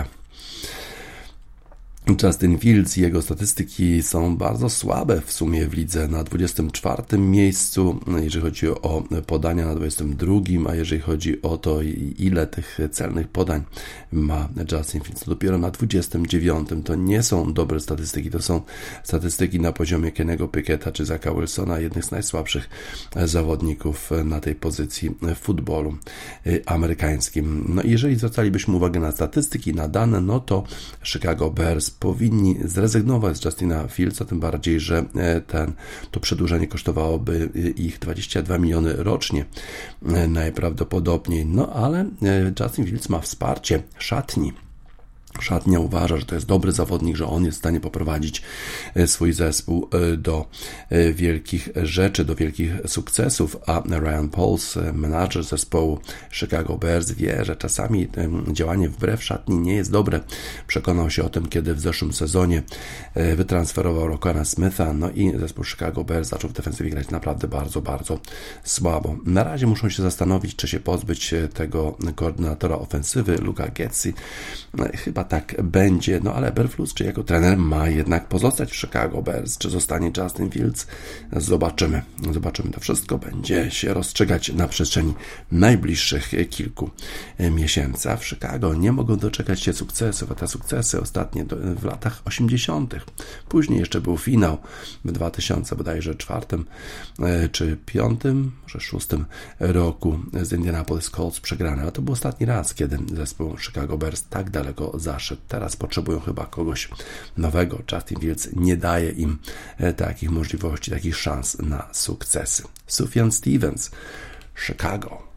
Justin Fields i jego statystyki są bardzo słabe w sumie w lidze, na 24 miejscu, jeżeli chodzi o podania, na 22, a jeżeli chodzi o to, ile tych celnych podań ma Justin Fields, to dopiero na 29. To nie są dobre statystyki, to są statystyki na poziomie Kennego Pickett'a czy Zacka Wilsona, jednych z najsłabszych zawodników na tej pozycji w futbolu amerykańskim. No i jeżeli zwracalibyśmy uwagę na statystyki, na dane, no to Chicago Bears powinni zrezygnować z Justina Fieldsa, tym bardziej, że to przedłużenie kosztowałoby ich 22 miliony rocznie najprawdopodobniej. No ale Justin Fields ma wsparcie szatni. Szatnia uważa, że to jest dobry zawodnik, że on jest w stanie poprowadzić swój zespół do wielkich rzeczy, do wielkich sukcesów, a Ryan Pauls, menadżer zespołu Chicago Bears, wie, że czasami działanie wbrew szatni nie jest dobre. Przekonał się o tym, kiedy w zeszłym sezonie wytransferował Roquana Smitha, no i zespół Chicago Bears zaczął w defensywie grać naprawdę bardzo, bardzo słabo. Na razie muszą się zastanowić, czy się pozbyć tego koordynatora ofensywy, Luka Getsy. Chyba tak będzie, no ale Eberflus, czy jako trener, ma jednak pozostać w Chicago Bears, czy zostanie Justin Fields? Zobaczymy, to wszystko będzie się rozstrzygać na przestrzeni najbliższych kilku miesięcy. A w Chicago nie mogą doczekać się sukcesów, a te sukcesy ostatnie w latach 80. Później jeszcze był finał w 2000 bodajże 4 czy 5, może 6 roku z Indianapolis Colts przegrany, a to był ostatni raz, kiedy zespół Chicago Bears tak daleko zaszedł nasze. Teraz potrzebują chyba kogoś nowego. Justin Fields nie daje im takich możliwości, takich szans na sukcesy. Sufjan Stevens, Chicago.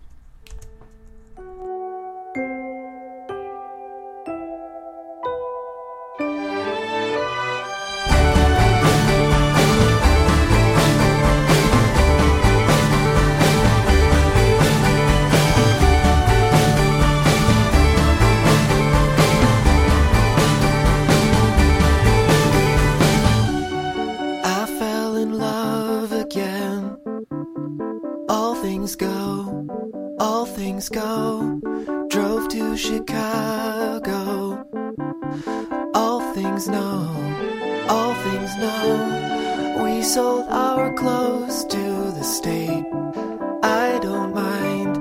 Go, drove to Chicago. All things know, we sold our clothes to the state. I don't mind,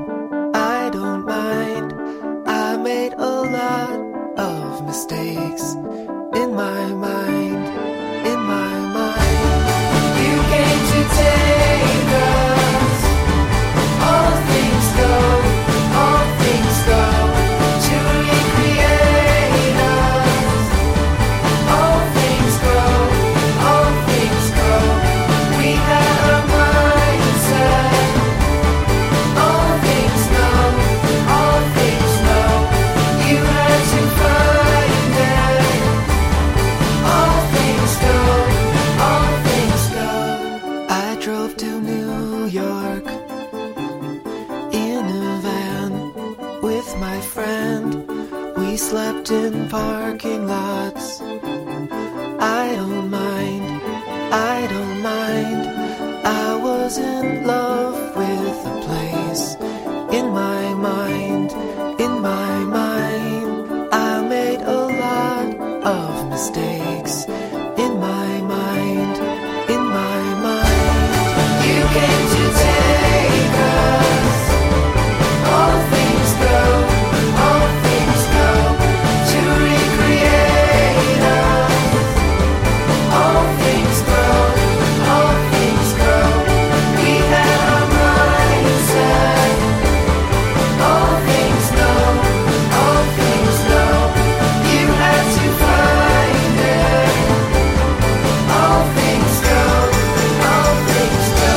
I made a lot of mistakes in my mind. You came to take us, all things go. Slept in parking lots. I don't mind, I was in love with the place. In my mind, I made a lot of mistakes. In my mind, you came to take us. All things go, all things go. To recreate us. All things grow, all things grow. We had our mindset. All things know, all things know. You had to find it. All things go, all things go.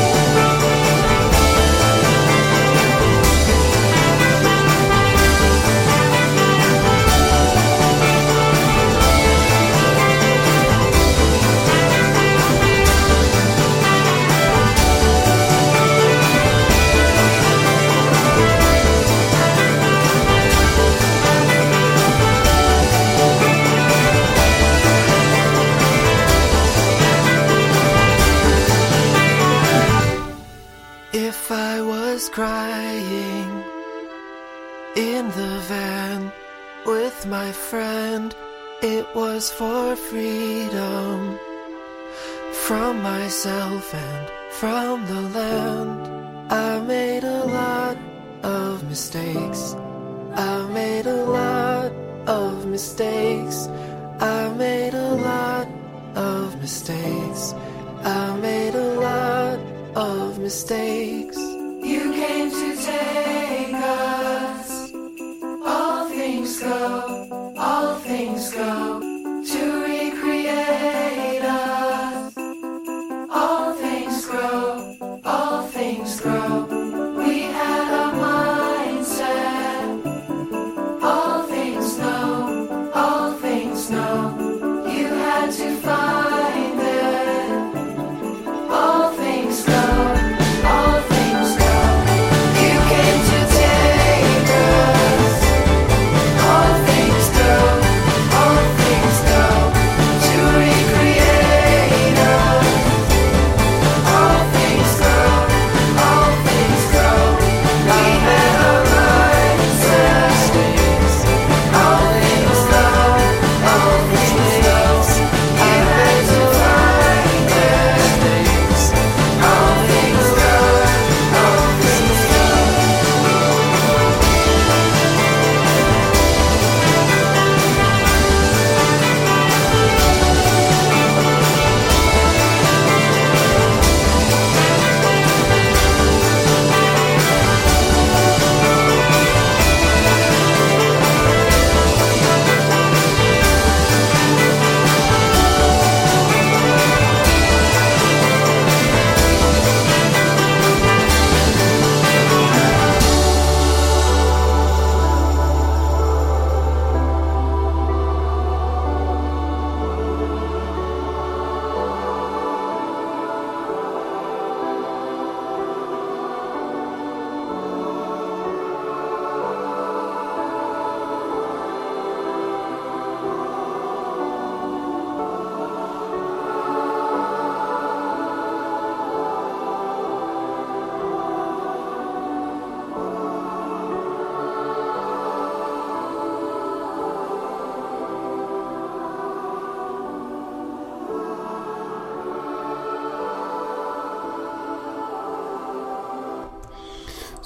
If I was crying in the van with my friend, it was for freedom from myself and from the land. I made a lot of mistakes. I made a lot of mistakes. I made a lot of mistakes. I made a lot of mistakes. You came to take us. All things go, all things go. To recreate us. All things grow, all things grow. We had our mindset. All things know, all things know. You had to find it. All things go, all things go. You came to take us. All things go, all things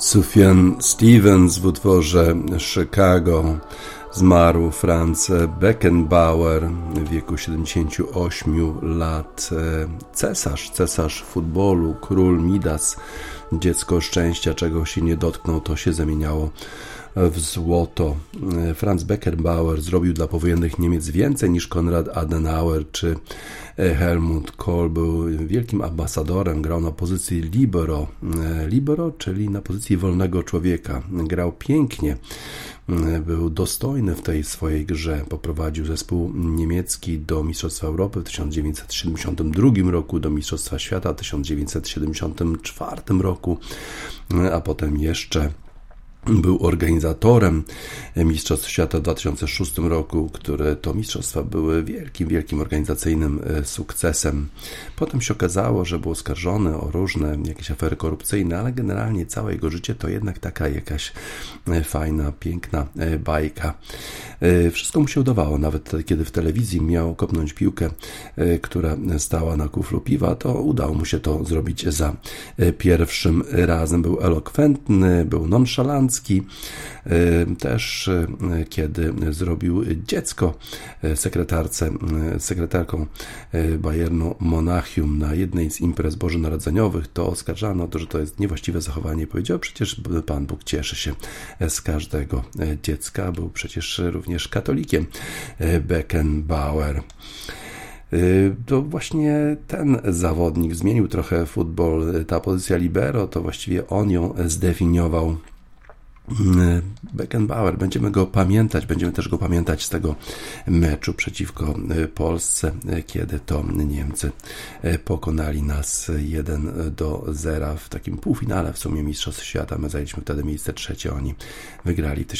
Sufjan Stevens w utworze Chicago. Zmarł Franz Beckenbauer w wieku 78 lat. Cesarz futbolu, król Midas, dziecko szczęścia, czego się nie dotknął, to się zamieniało w złoto. Franz Beckenbauer zrobił dla powojennych Niemiec więcej niż Konrad Adenauer czy Helmut Kohl. Był wielkim ambasadorem, grał na pozycji libero, czyli na pozycji wolnego człowieka. Grał pięknie, był dostojny w tej swojej grze. Poprowadził zespół niemiecki do Mistrzostwa Europy w 1972 roku, do Mistrzostwa Świata w 1974 roku, a potem jeszcze był organizatorem Mistrzostw Świata w 2006 roku, które to mistrzostwa były wielkim organizacyjnym sukcesem. Potem się okazało, że był oskarżony o różne jakieś afery korupcyjne, ale generalnie całe jego życie to jednak taka jakaś fajna, piękna bajka. Wszystko mu się udawało, nawet kiedy w telewizji miał kopnąć piłkę, która stała na kuflu piwa, to udało mu się to zrobić za pierwszym razem. Był elokwentny, był nonszalancki. Też kiedy zrobił dziecko sekretarką Bayernu Monachium na jednej z imprez bożonarodzeniowych, to oskarżano o to, że to jest niewłaściwe zachowanie. Powiedział, przecież Pan Bóg cieszy się z każdego dziecka. Był przecież również katolikiem Beckenbauer. To właśnie ten zawodnik zmienił trochę futbol. Ta pozycja libero, to właściwie on ją zdefiniował. Beckenbauer, będziemy też go pamiętać z tego meczu przeciwko Polsce, kiedy to Niemcy pokonali nas 1-0 w takim półfinale w sumie Mistrzostw Świata. My zajęliśmy wtedy miejsce trzecie, oni wygrali w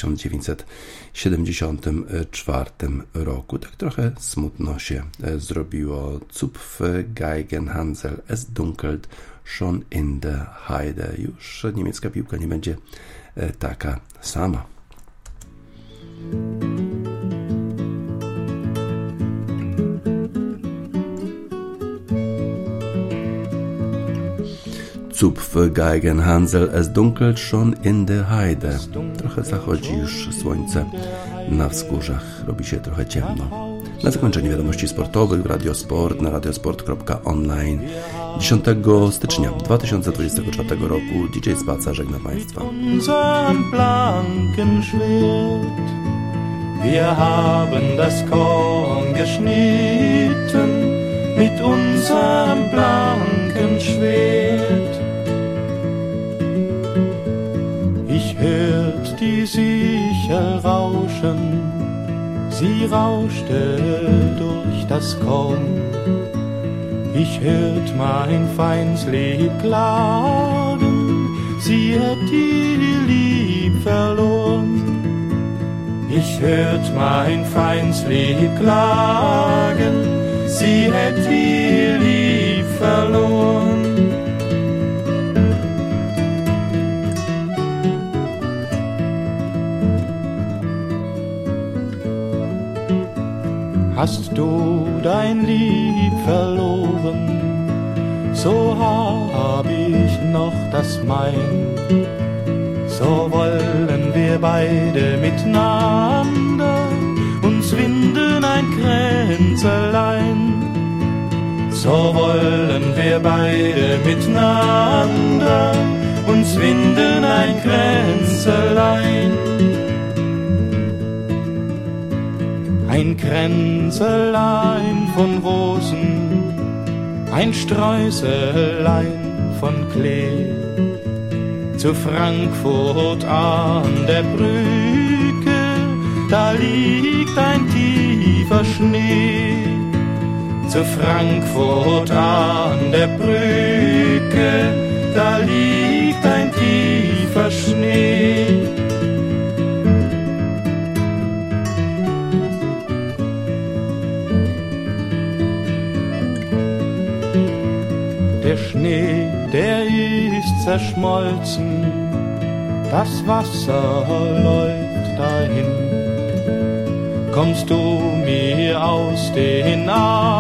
1974 roku. Tak trochę smutno się zrobiło. Zupf Geigen Hansel, es dunkelt schon in der Heide. Już niemiecka piłka nie będzie taka sama. Zupf Geigen Hansel, es dunkelt schon in der Heide. Trochę zachodzi już słońce na wzgórzach, robi się trochę ciemno. Na zakończenie wiadomości sportowych w Radiosport na radiosport.online 10 stycznia 2024 roku. DJ Spaca żegna Państwa. Wir haben das Korn geschnitten mit unserem blanken Schwert. Ich hört die Sichel rauschen, sie rauschte durch das Korn. Ich hört mein Feindslieb klagen, sie hat ihr Lieb verloren. Ich hört mein Feindslieb klagen, sie hat ihr Lieb verloren. Hast du dein Lieb verloren, so hab ich noch das mein. So wollen wir beide miteinander uns winden ein Kränzelein. So wollen wir beide miteinander uns winden ein Kränzelein. Ein Kränzelein von Rosen, ein Sträußelein von Klee. Zu Frankfurt an der Brücke, da liegt ein tiefer Schnee. Zu Frankfurt an der Brücke, da liegt ein tiefer Schnee. Der Schnee, der ist zerschmolzen, das Wasser läuft dahin. Kommst du mir aus den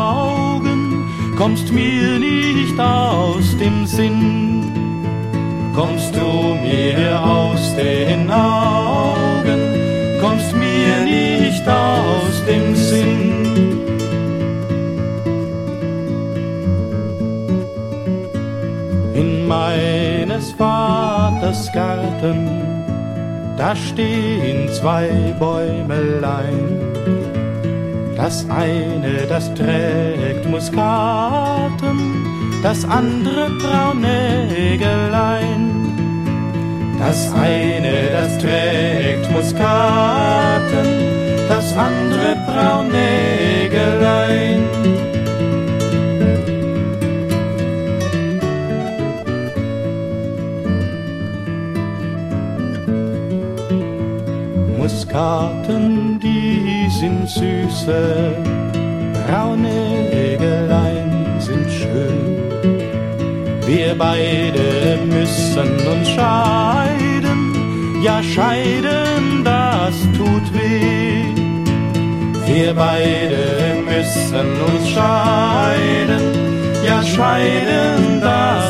Augen, kommst mir nicht aus dem Sinn. kommst du mir aus den Augen, kommst mir nicht aus dem Sinn. In meines Vaters Garten, da stehen zwei Bäumelein. Das eine, das trägt Muskaten, das andere Braunägelein. Das eine, das trägt Muskaten, das andere Braunägelein. Muskaten, die sind süße, Braunägelein sind schön. Wir beide müssen uns scheiden, ja scheiden, das tut weh. Wir beide müssen uns scheiden, ja scheiden, das